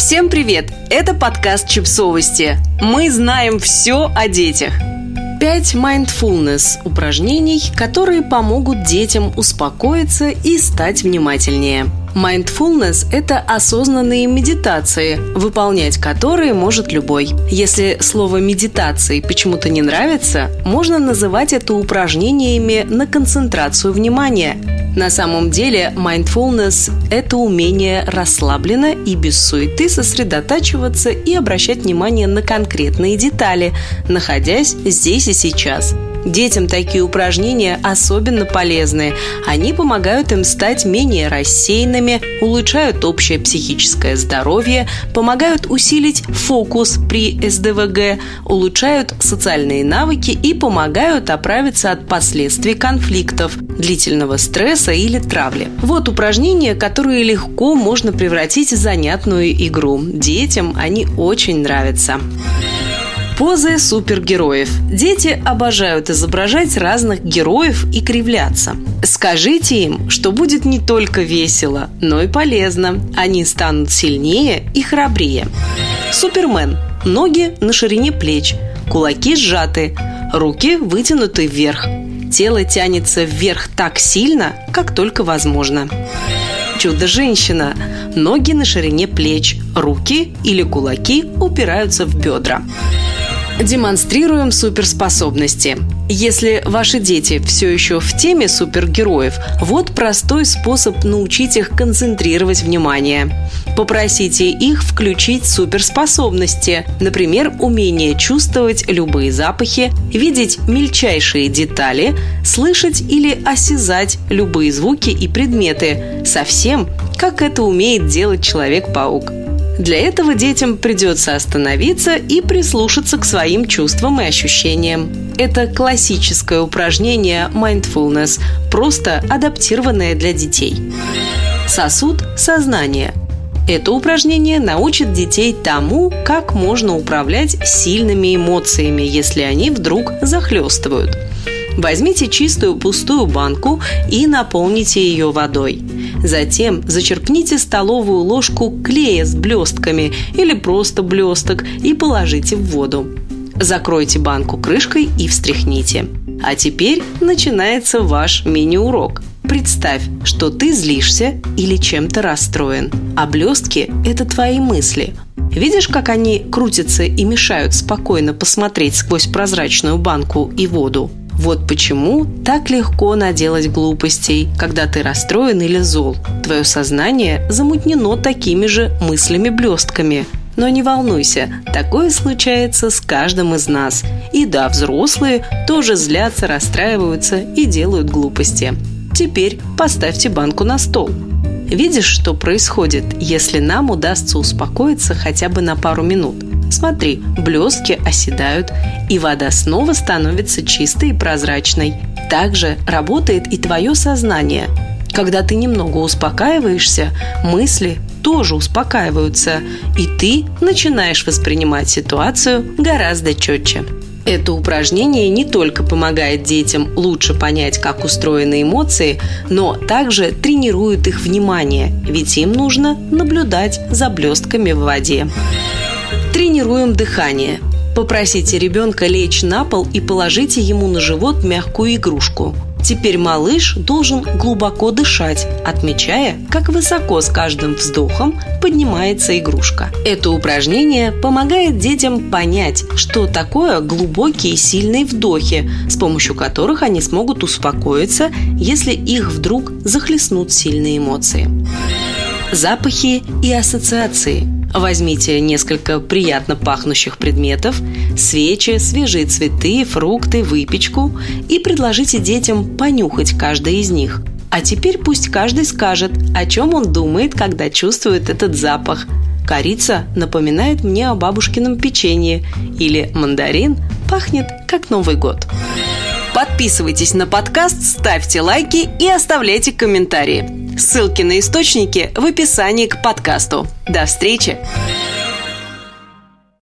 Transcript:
Всем привет! Это подкаст «Чипсовости». Мы знаем все о детях. 5 mindfulness упражнений, которые помогут детям успокоиться и стать внимательнее. Mindfulness – это осознанные медитации, выполнять которые может любой. Если слово «медитации» почему-то не нравится, можно называть это упражнениями на концентрацию внимания. На самом деле, mindfulness – это умение расслабленно и без суеты сосредотачиваться и обращать внимание на конкретные детали, находясь здесь и сейчас. Детям такие упражнения особенно полезны. Они помогают им стать менее рассеянными, улучшают общее психическое здоровье, помогают усилить фокус при СДВГ, улучшают социальные навыки и помогают оправиться от последствий конфликтов, длительного стресса или травли. Вот упражнения, которые легко можно превратить в занятную игру. Детям они очень нравятся. Позы супергероев. Дети обожают изображать разных героев и кривляться. Скажите им, что будет не только весело, но и полезно. Они станут сильнее и храбрее. Супермен. Ноги на ширине плеч, кулаки сжаты, руки вытянуты вверх. Тело тянется вверх так сильно, как только возможно. Чудо-женщина. Ноги на ширине плеч, руки или кулаки упираются в бедра. Демонстрируем суперспособности. Если ваши дети все еще в теме супергероев, вот простой способ научить их концентрировать внимание. Попросите их включить суперспособности, например, умение чувствовать любые запахи, видеть мельчайшие детали, слышать или осязать любые звуки и предметы, совсем как это умеет делать Человек-паук. Для этого детям придется остановиться и прислушаться к своим чувствам и ощущениям. Это классическое упражнение mindfulness, просто адаптированное для детей. Сосуд сознания. Это упражнение научит детей тому, как можно управлять сильными эмоциями, если они вдруг захлестывают. Возьмите чистую пустую банку и наполните ее водой. Затем зачерпните столовую ложку клея с блестками или просто блесток и положите в воду. Закройте банку крышкой и встряхните. А теперь начинается ваш мини-урок. Представь, что ты злишься или чем-то расстроен, а блестки – это твои мысли. Видишь, как они крутятся и мешают спокойно посмотреть сквозь прозрачную банку и воду? Вот почему так легко наделать глупостей, когда ты расстроен или зол. Твое сознание замутнено такими же мыслями-блестками. Но не волнуйся, такое случается с каждым из нас. И да, взрослые тоже злятся, расстраиваются и делают глупости. Теперь поставьте банку на стол. Видишь, что происходит, если нам удастся успокоиться хотя бы на пару минут? Смотри, блестки оседают, и вода снова становится чистой и прозрачной. Так же работает и твое сознание. Когда ты немного успокаиваешься, мысли тоже успокаиваются, и ты начинаешь воспринимать ситуацию гораздо четче. Это упражнение не только помогает детям лучше понять, как устроены эмоции, но также тренирует их внимание, ведь им нужно наблюдать за блестками в воде. Тренируем дыхание. Попросите ребенка лечь на пол и положите ему на живот мягкую игрушку. Теперь малыш должен глубоко дышать, отмечая, как высоко с каждым вздохом поднимается игрушка. Это упражнение помогает детям понять, что такое глубокие и сильные вдохи, с помощью которых они смогут успокоиться, если их вдруг захлестнут сильные эмоции. Запахи и ассоциации. Возьмите несколько приятно пахнущих предметов, свечи, свежие цветы, фрукты, выпечку и предложите детям понюхать каждый из них. А теперь пусть каждый скажет, о чем он думает, когда чувствует этот запах. Корица напоминает мне о бабушкином печенье, или мандарин пахнет как Новый год. Подписывайтесь на подкаст, ставьте лайки и оставляйте комментарии. Ссылки на источники в описании к подкасту. До встречи!